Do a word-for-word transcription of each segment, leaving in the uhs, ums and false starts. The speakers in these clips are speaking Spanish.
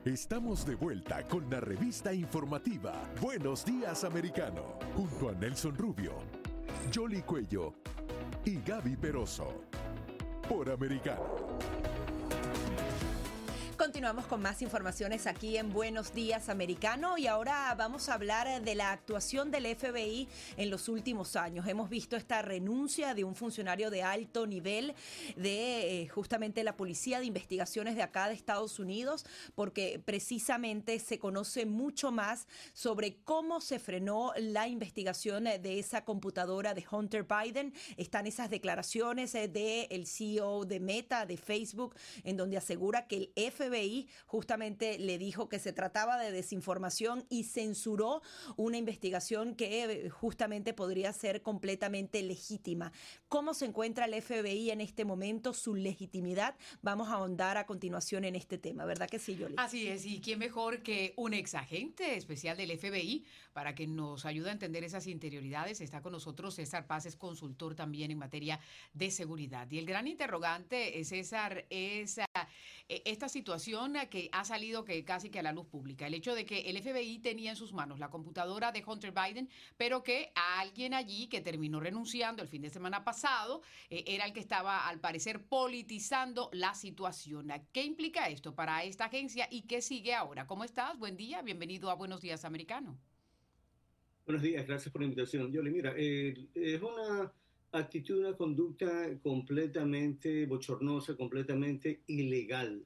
Estamos de vuelta con la revista informativa Buenos Días Americano, junto a Nelson Rubio, Yoli Cuello y Gaby Peroso, por Americano. Continuamos con más informaciones aquí en Buenos Días Americano y ahora vamos a hablar de la actuación del F B I en los últimos años. Hemos visto esta renuncia de un funcionario de alto nivel de eh, justamente la Policía de Investigaciones de acá de Estados Unidos, porque precisamente se conoce mucho más sobre cómo se frenó la investigación de esa computadora de Hunter Biden. Están esas declaraciones del C E O de Meta, de Facebook, en donde asegura que el F B I justamente le dijo que se trataba de desinformación y censuró una investigación que justamente podría ser completamente legítima. ¿Cómo se encuentra el F B I en este momento? Su legitimidad. Vamos a ahondar a continuación en este tema, ¿verdad que sí, Yoli? Así es, y quién mejor que un exagente especial del F B I para que nos ayude a entender esas interioridades. Está con nosotros César Paz, es consultor también en materia de seguridad. Y el gran interrogante, César, es esta situación que ha salido que casi que a la luz pública. El hecho de que el F B I tenía en sus manos la computadora de Hunter Biden, pero que alguien allí que terminó renunciando el fin de semana pasado eh, era el que estaba, al parecer, politizando la situación. ¿Qué implica esto para esta agencia y qué sigue ahora? ¿Cómo estás? Buen día, bienvenido a Buenos Días Americano. Buenos días, gracias por la invitación. Yoli, mira, eh, es una actitud, una conducta completamente bochornosa, completamente ilegal.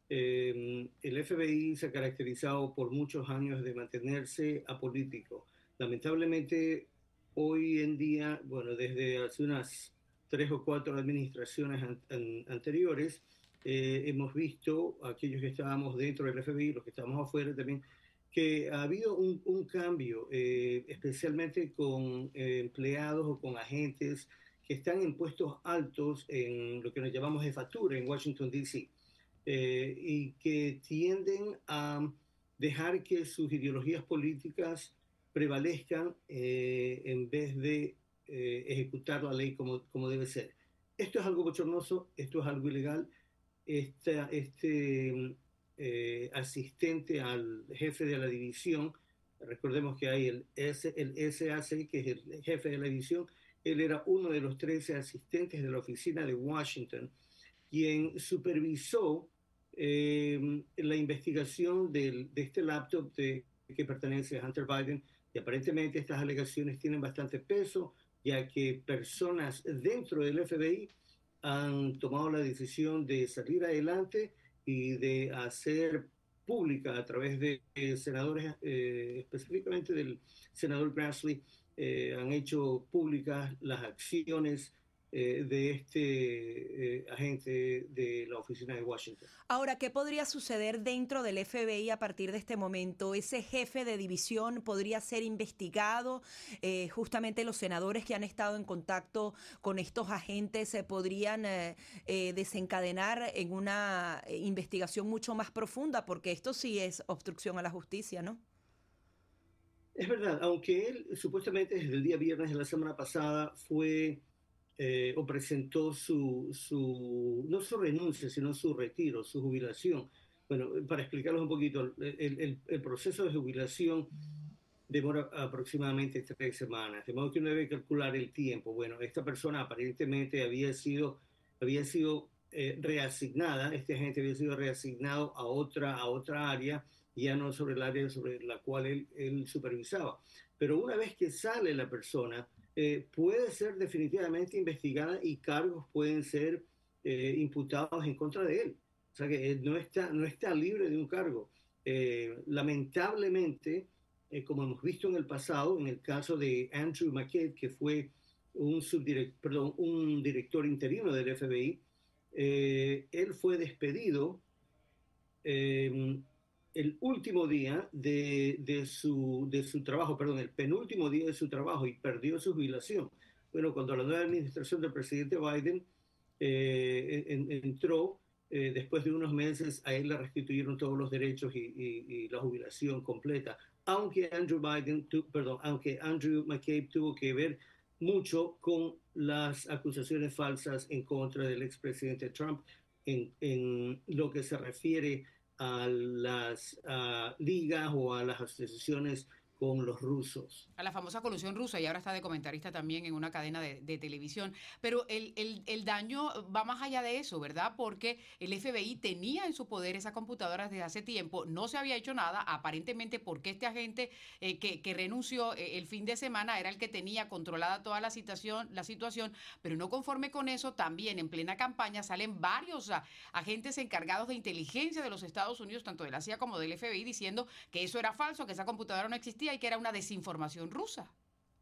Eh, el F B I se ha caracterizado por muchos años de mantenerse apolítico. Lamentablemente, hoy en día, bueno, desde hace unas tres o cuatro administraciones an an anteriores, eh, hemos visto, aquellos que estábamos dentro del F B I, los que estábamos afuera también, que ha habido un, un cambio, eh, especialmente con eh, empleados o con agentes que están en puestos altos en lo que nos llamamos jefatura en Washington, D C Eh, y que tienden a dejar que sus ideologías políticas prevalezcan eh, en vez de eh, ejecutar la ley como, como debe ser. Esto es algo bochornoso, esto es algo ilegal. Esta, este eh, asistente al jefe de la división, recordemos que hay el, S, el S A C, que es el jefe de la división, él era uno de los trece asistentes de la oficina de Washington, quien supervisó eh, la investigación del, de este laptop de, que pertenece a Hunter Biden, y aparentemente estas alegaciones tienen bastante peso, ya que personas dentro del F B I han tomado la decisión de salir adelante y de hacer pública a través de eh, senadores, eh, específicamente del senador Grassley, eh, han hecho públicas las acciones Eh, de este eh, agente de la oficina de Washington. Ahora, ¿qué podría suceder dentro del F B I a partir de este momento? ¿Ese jefe de división podría ser investigado? Eh, justamente los senadores que han estado en contacto con estos agentes se eh, podrían eh, eh, desencadenar en una investigación mucho más profunda, porque esto sí es obstrucción a la justicia, ¿no? Es verdad, aunque él supuestamente desde el día viernes de la semana pasada fue Eh, o presentó su, su, no su renuncia, sino su retiro, su jubilación. Bueno, para explicarles un poquito, el, el, el proceso de jubilación demora aproximadamente tres semanas, de modo que uno debe calcular el tiempo. Bueno, esta persona aparentemente había sido, había sido eh, reasignada, este agente había sido reasignado a otra, a otra área, ya no sobre el área sobre la cual él, él supervisaba. Pero una vez que sale la persona, Eh, puede ser definitivamente investigada y cargos pueden ser eh, imputados en contra de él. O sea que eh, no, está, no está libre de un cargo. Eh, lamentablemente, eh, como hemos visto en el pasado, en el caso de Andrew McCabe, que fue un, subdirect, perdón, un director interino del F B I, eh, él fue despedido eh, el último día de, de, su, de su trabajo, perdón, el penúltimo día de su trabajo, y perdió su jubilación. Bueno, cuando la nueva administración del presidente Biden eh, en, entró, eh, después de unos meses, a él le restituyeron todos los derechos y, y, y la jubilación completa, aunque Andrew Biden, tu, perdón, aunque Andrew McCabe tuvo que ver mucho con las acusaciones falsas en contra del expresidente Trump en, en lo que se refiere a las a ligas o a las asociaciones con los rusos. A la famosa colusión rusa, y ahora está de comentarista también en una cadena de, de televisión. Pero el, el, el daño va más allá de eso, ¿verdad? Porque el F B I tenía en su poder esas computadoras desde hace tiempo, no se había hecho nada, aparentemente porque este agente eh, que, que renunció eh, el fin de semana era el que tenía controlada toda la situación, la situación, pero no conforme con eso, también en plena campaña salen varios a, agentes encargados de inteligencia de los Estados Unidos, tanto de la C I A como del F B I, diciendo que eso era falso, que esa computadora no existía y que era una desinformación rusa.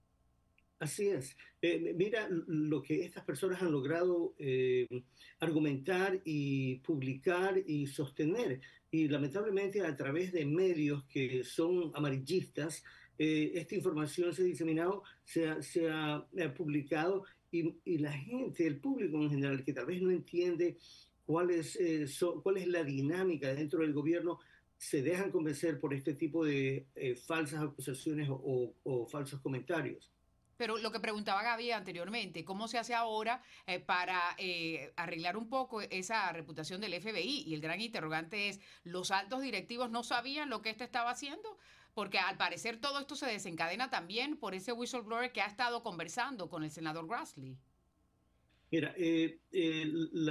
Así es. Eh, mira lo que estas personas han logrado eh, argumentar y publicar y sostener. Y lamentablemente a través de medios que son amarillistas, eh, esta información se ha diseminado, se ha, se ha, ha publicado y, y la gente, el público en general, que tal vez no entiende cuál es, eh, so, cuál es la dinámica dentro del gobierno, se dejan convencer por este tipo de eh, falsas acusaciones o, o, o falsos comentarios. Pero lo que preguntaba Gaby anteriormente, ¿cómo se hace ahora eh, para eh, arreglar un poco esa reputación del F B I? Y el gran interrogante es, ¿los altos directivos no sabían lo que este estaba haciendo? Porque al parecer todo esto se desencadena también por ese whistleblower que ha estado conversando con el senador Grassley. Mira, eh, eh,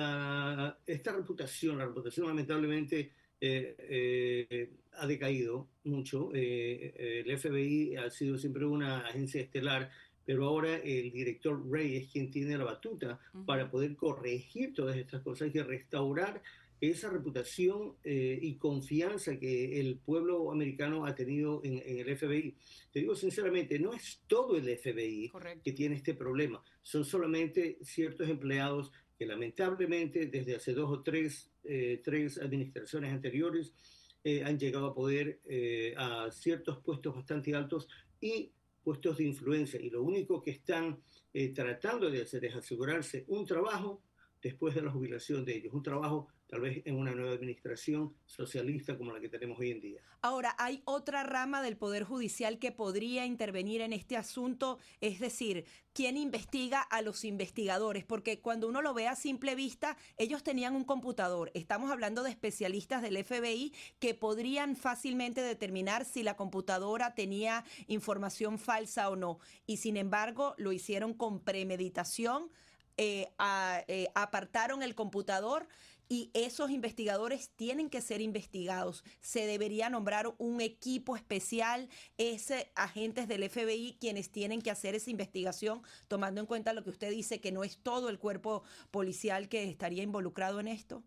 la, esta reputación, la reputación lamentablemente eh, eh, ha decaído mucho. Eh, el F B I ha sido siempre una agencia estelar, pero ahora el director Wray es quien tiene la batuta uh-huh. para poder corregir todas estas cosas y restaurar esa reputación eh, y confianza que el pueblo americano ha tenido en, en el F B I. Te digo sinceramente, no es todo el F B I Correcto. que tiene este problema, son solamente ciertos empleados que lamentablemente desde hace dos o tres, eh, tres administraciones anteriores eh, han llegado a poder eh, a ciertos puestos bastante altos y puestos de influencia, y lo único que están eh, tratando de hacer es asegurarse un trabajo después de la jubilación de ellos, un trabajo tal vez en una nueva administración socialista como la que tenemos hoy en día. Ahora, ¿hay otra rama del Poder Judicial que podría intervenir en este asunto? Es decir, ¿quién investiga a los investigadores? Porque cuando uno lo ve a simple vista, ellos tenían un computador. Estamos hablando de especialistas del F B I que podrían fácilmente determinar si la computadora tenía información falsa o no. Y sin embargo, lo hicieron con premeditación, eh, a, eh, apartaron el computador. Y esos investigadores tienen que ser investigados. Se debería nombrar un equipo especial, ese, agentes del F B I, quienes tienen que hacer esa investigación, tomando en cuenta lo que usted dice, que no es todo el cuerpo policial que estaría involucrado en esto.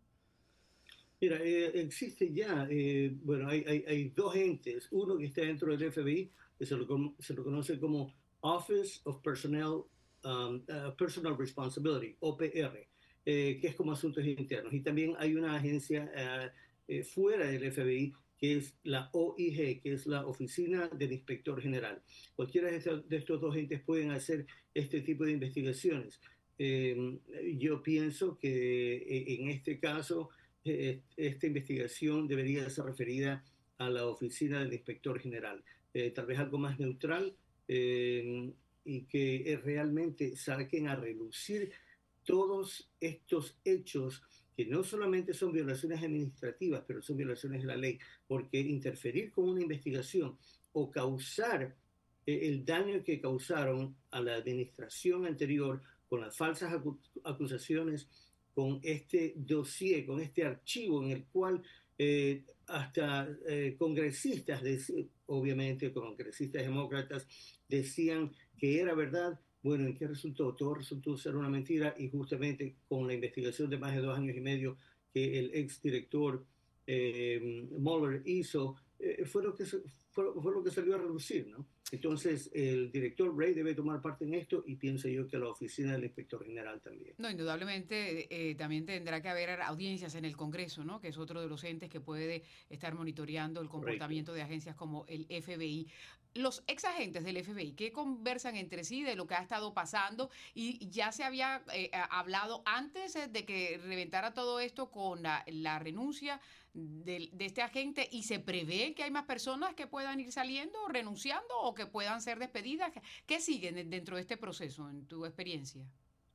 Mira, eh, existe ya, eh, bueno, hay, hay, hay dos entes. Uno que está dentro del F B I, que se lo, se lo conoce como Office of Personnel, um, uh, Personal Responsibility, O P R. Eh, que es como asuntos internos. Y también hay una agencia eh, eh, fuera del F B I, que es la O I G, que es la Oficina del Inspector General. Cualquiera de estos, de estos dos entes pueden hacer este tipo de investigaciones. Eh, yo pienso que eh, en este caso, eh, esta investigación debería ser referida a la Oficina del Inspector General. Eh, tal vez algo más neutral eh, y que eh, realmente saquen a relucir todos estos hechos que no solamente son violaciones administrativas, pero son violaciones de la ley, porque interferir con una investigación o causar eh, el daño que causaron a la administración anterior con las falsas acu acusaciones, con este dossier, con este archivo en el cual eh, hasta eh, congresistas, obviamente congresistas demócratas, decían que era verdad. Bueno, ¿en qué resultó? Todo resultó ser una mentira, y justamente con la investigación de más de dos años y medio que el exdirector eh, Mueller hizo, eh, fue, lo que, fue, fue lo que salió a relucir, ¿no? Entonces, el director Wray debe tomar parte en esto, y pienso yo que la oficina del inspector general también. No, indudablemente eh, también tendrá que haber audiencias en el Congreso, ¿no? Que es otro de los entes que puede estar monitoreando el comportamiento Correcto. de agencias como el F B I. Los ex agentes del F B I, ¿qué conversan entre sí de lo que ha estado pasando? Y ya se había eh, hablado antes de que reventara todo esto con la, la renuncia de, de este agente, y se prevé que hay más personas que puedan ir saliendo, renunciando, o que puedan ser despedidas. ¿Qué siguen dentro de este proceso, en tu experiencia?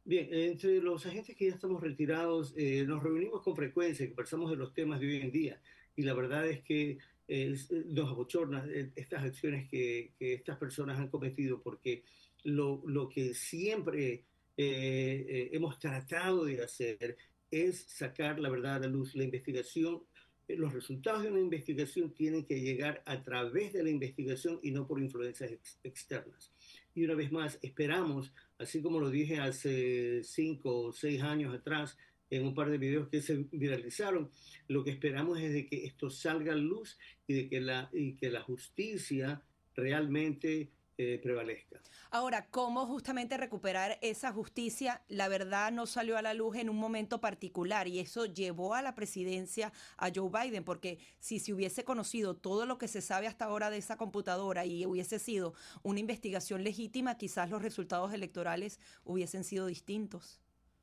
Bien, entre los agentes que ya estamos retirados, eh, nos reunimos con frecuencia, conversamos de los temas de hoy en día y la verdad es que eh, nos abochorna eh, estas acciones que, que estas personas han cometido porque lo, lo que siempre eh, eh, hemos tratado de hacer es sacar la verdad a la luz. La investigación, eh, los resultados de una investigación tienen que llegar a través de la investigación y no por influencias ex externas. Y una vez más, esperamos, así como lo dije hace cinco o seis años atrás, en un par de videos que se viralizaron, lo que esperamos es de que esto salga a luz y de que la, y que la justicia realmente eh, prevalezca. Ahora, ¿cómo justamente recuperar esa justicia? La verdad no salió a la luz en un momento particular y eso llevó a la presidencia a Joe Biden, porque si se hubiese conocido todo lo que se sabe hasta ahora de esa computadora y hubiese sido una investigación legítima, quizás los resultados electorales hubiesen sido distintos.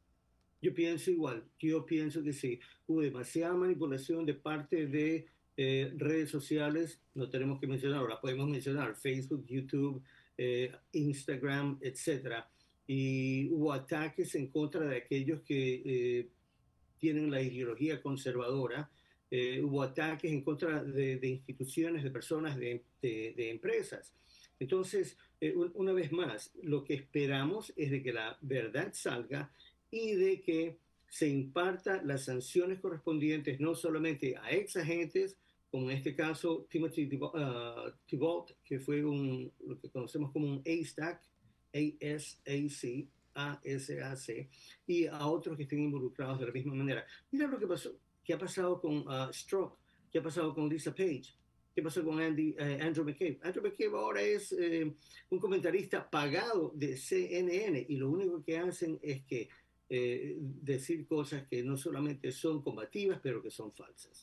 Yo pienso igual, yo pienso que sí. Hubo demasiada manipulación de parte de eh, redes sociales, no tenemos que mencionar, ahora podemos mencionar Facebook, YouTube, eh, Instagram, etcétera. Y hubo ataques en contra de aquellos que eh, tienen la ideología conservadora, eh, hubo ataques en contra de, de instituciones, de personas, de, de, de empresas. Entonces, eh, una vez más, lo que esperamos es de que la verdad salga y de que se imparta las sanciones correspondientes no solamente a ex agentes, como en este caso Timothy Thibault, que fue un, lo que conocemos como un A S A C, A S A C, A S A C, y a otros que estén involucrados de la misma manera. Mira lo que pasó, qué ha pasado con uh, Strzok, qué ha pasado con Lisa Page, qué pasó con Andy, uh, Andrew McCabe. Andrew McCabe ahora es eh, un comentarista pagado de C N N y lo único que hacen es que eh, decir cosas que no solamente son combativas, pero que son falsas.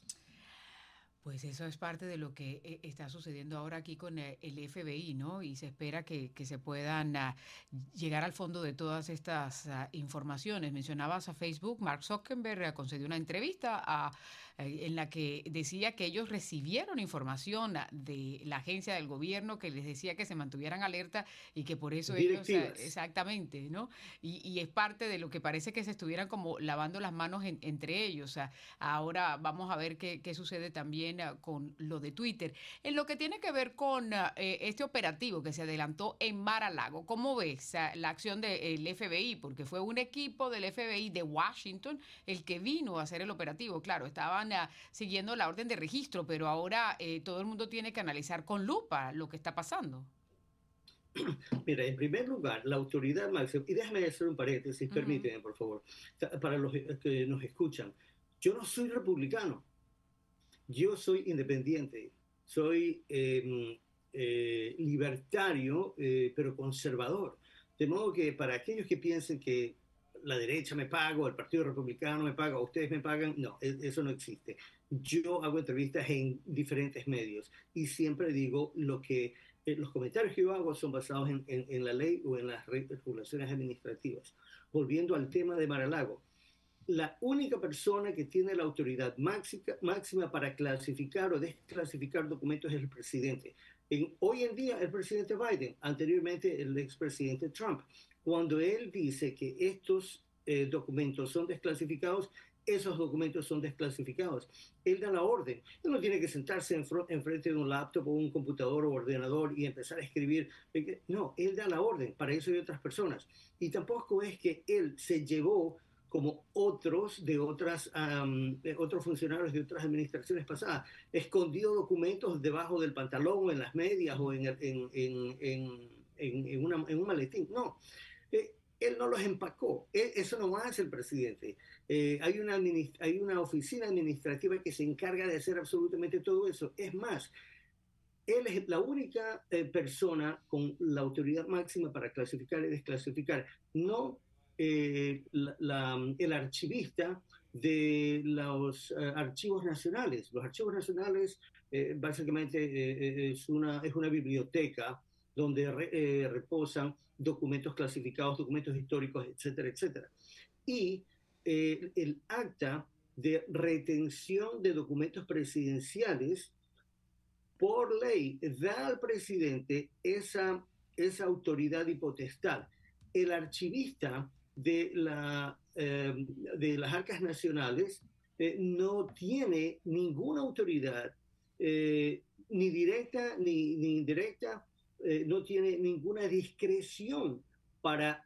Pues eso es parte de lo que eh, está sucediendo ahora aquí con eh, el F B I, ¿no? Y se espera que, que se puedan uh, llegar al fondo de todas estas uh, informaciones. Mencionabas a Facebook, Mark Zuckerberg uh, concedió una entrevista a, eh, en la que decía que ellos recibieron información uh, de la agencia del gobierno que les decía que se mantuvieran alerta y que por eso ellos, uh, exactamente, ¿no? Y, y es parte de lo que parece que se estuvieran como lavando las manos en, entre ellos. Uh, ahora vamos a ver qué, qué sucede también con lo de Twitter. En lo que tiene que ver con uh, este operativo que se adelantó en Mar-a-Lago, ¿cómo ves uh, la acción del F B I? Porque fue un equipo del F B I de Washington el que vino a hacer el operativo. Claro, estaban uh, siguiendo la orden de registro, pero ahora eh, todo el mundo tiene que analizar con lupa lo que está pasando. Mira, en primer lugar, la autoridad máxima, y déjame hacer un paréntesis, uh-huh. Permíteme, por favor, para los que nos escuchan. Yo no soy republicano. Yo soy independiente, soy eh, eh, libertario, eh, pero conservador. De modo que para aquellos que piensen que la derecha me paga, o el Partido Republicano me paga, o ustedes me pagan, no, eso no existe. Yo hago entrevistas en diferentes medios y siempre digo lo que eh, los comentarios que yo hago son basados en, en, en la ley o en las regulaciones administrativas. Volviendo al tema de Mar-a-Lago. La única persona que tiene la autoridad máxima, máxima para clasificar o desclasificar documentos es el presidente. En, hoy en día el presidente Biden, anteriormente el expresidente Trump. Cuando él dice que estos eh, documentos son desclasificados, esos documentos son desclasificados. Él da la orden. Él no tiene que sentarse en, en frente de un laptop o un computador o ordenador y empezar a escribir. No, él da la orden. Para eso hay otras personas. Y tampoco es que él se llevó como otros de otras um, de otros funcionarios de otras administraciones pasadas, escondió documentos debajo del pantalón o en las medias o en, en, en, en, en, en, una, en un maletín. No, eh, él no los empacó. Él, eso no hace el presidente. Eh, hay, una hay una oficina administrativa que se encarga de hacer absolutamente todo eso. Es más, él es la única eh, persona con la autoridad máxima para clasificar y desclasificar. No Eh, la, la, el archivista de los uh, archivos nacionales. Los archivos nacionales eh, básicamente eh, es, una, es una biblioteca donde re, eh, reposan documentos clasificados, documentos históricos, etcétera, etcétera. Y eh, el acta de retención de documentos presidenciales, por ley, da al presidente esa, esa autoridad y potestad. El archivista de, la, eh, de las arcas nacionales eh, no tiene ninguna autoridad, eh, ni directa ni, ni indirecta, eh, no tiene ninguna discreción para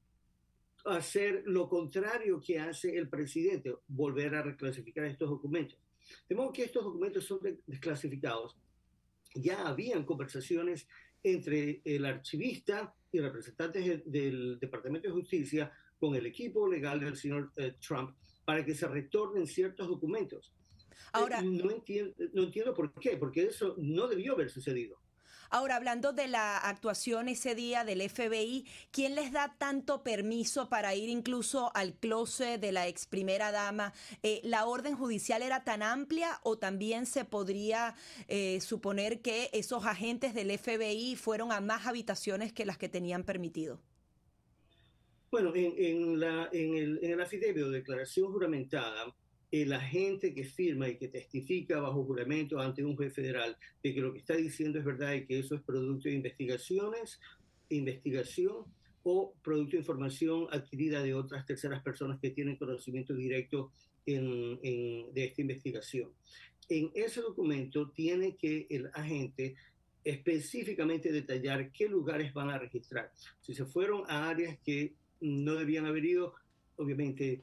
hacer lo contrario que hace el presidente, volver a reclasificar estos documentos. De modo que estos documentos son desclasificados. Ya habían conversaciones entre el archivista y representantes del Departamento de Justicia con el equipo legal del señor eh, Trump para que se retornen ciertos documentos. Ahora, eh, no, entiendo, no entiendo por qué, porque eso no debió haber sucedido. Ahora, hablando de la actuación ese día del F B I, ¿quién les da tanto permiso para ir incluso al closet de la ex primera dama? Eh, ¿La orden judicial era tan amplia o también se podría eh, suponer que esos agentes del F B I fueron a más habitaciones que las que tenían permitido? Bueno, en, en, la, en, el, en el affidavit o declaración juramentada, el agente que firma y que testifica bajo juramento ante un juez federal de que lo que está diciendo es verdad y que eso es producto de investigaciones, investigación o producto de información adquirida de otras terceras personas que tienen conocimiento directo en, en, de esta investigación. En ese documento tiene que el agente específicamente detallar qué lugares van a registrar. Si se fueron a áreas que no debían haber ido, obviamente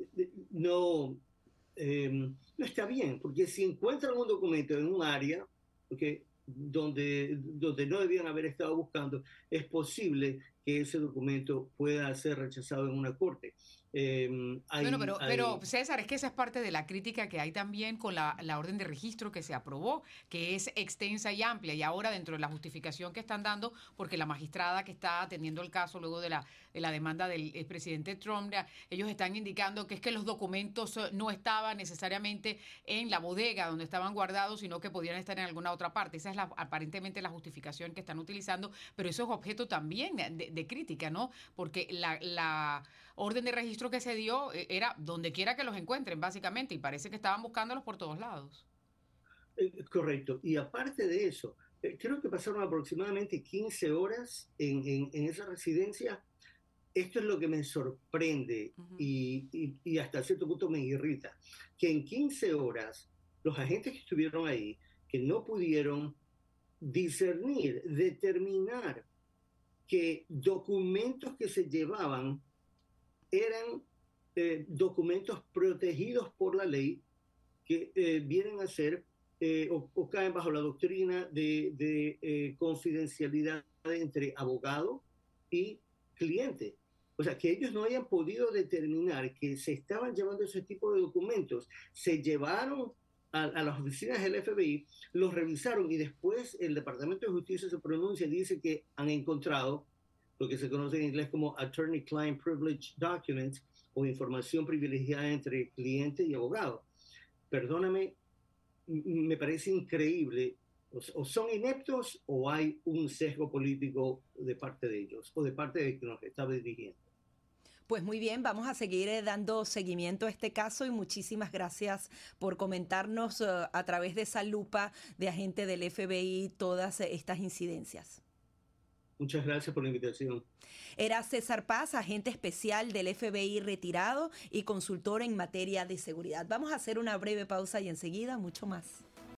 no... Eh, no está bien, porque si encuentran un documento en un área okay, donde, donde no debían haber estado buscando, es posible que ese documento pueda ser rechazado en una corte. Eh, hay, bueno, pero, hay... pero César, es que esa es parte de la crítica que hay también con la, la orden de registro que se aprobó, que es extensa y amplia, y ahora dentro de la justificación que están dando, porque la magistrada que está atendiendo el caso luego de la, de la demanda del presidente Trump, ellos están indicando que es que los documentos no estaban necesariamente en la bodega donde estaban guardados, sino que podían estar en alguna otra parte. Esa es la, aparentemente la justificación que están utilizando, pero eso es objeto también de, de crítica, ¿no? Porque la, la orden de registro que se dio era donde quiera que los encuentren, básicamente, y parece que estaban buscándolos por todos lados. Eh, correcto. Y aparte de eso, eh, creo que pasaron aproximadamente quince horas en, en, en esa residencia. Esto es lo que me sorprende uh-huh. y, y, y hasta cierto punto me irrita, que en quince horas los agentes que estuvieron ahí, que no pudieron discernir, determinar que documentos que se llevaban eran eh, documentos protegidos por la ley que eh, vienen a ser eh, o, o caen bajo la doctrina de, de eh, confidencialidad entre abogado y cliente. O sea, que ellos no hayan podido determinar que se estaban llevando ese tipo de documentos, se llevaron a, a las oficinas del F B I, los revisaron y después el Departamento de Justicia se pronuncia y dice que han encontrado lo que se conoce en inglés como Attorney-Client Privilege Documents o información privilegiada entre cliente y abogado. Perdóname, me parece increíble. O son ineptos o hay un sesgo político de parte de ellos o de parte de quien nos estaba dirigiendo. Pues muy bien, vamos a seguir eh, dando seguimiento a este caso y muchísimas gracias por comentarnos uh, a través de esa lupa de agente del F B I todas eh, estas incidencias. Muchas gracias por la invitación. Era César Paz, agente especial del F B I retirado y consultor en materia de seguridad. Vamos a hacer una breve pausa y enseguida mucho más.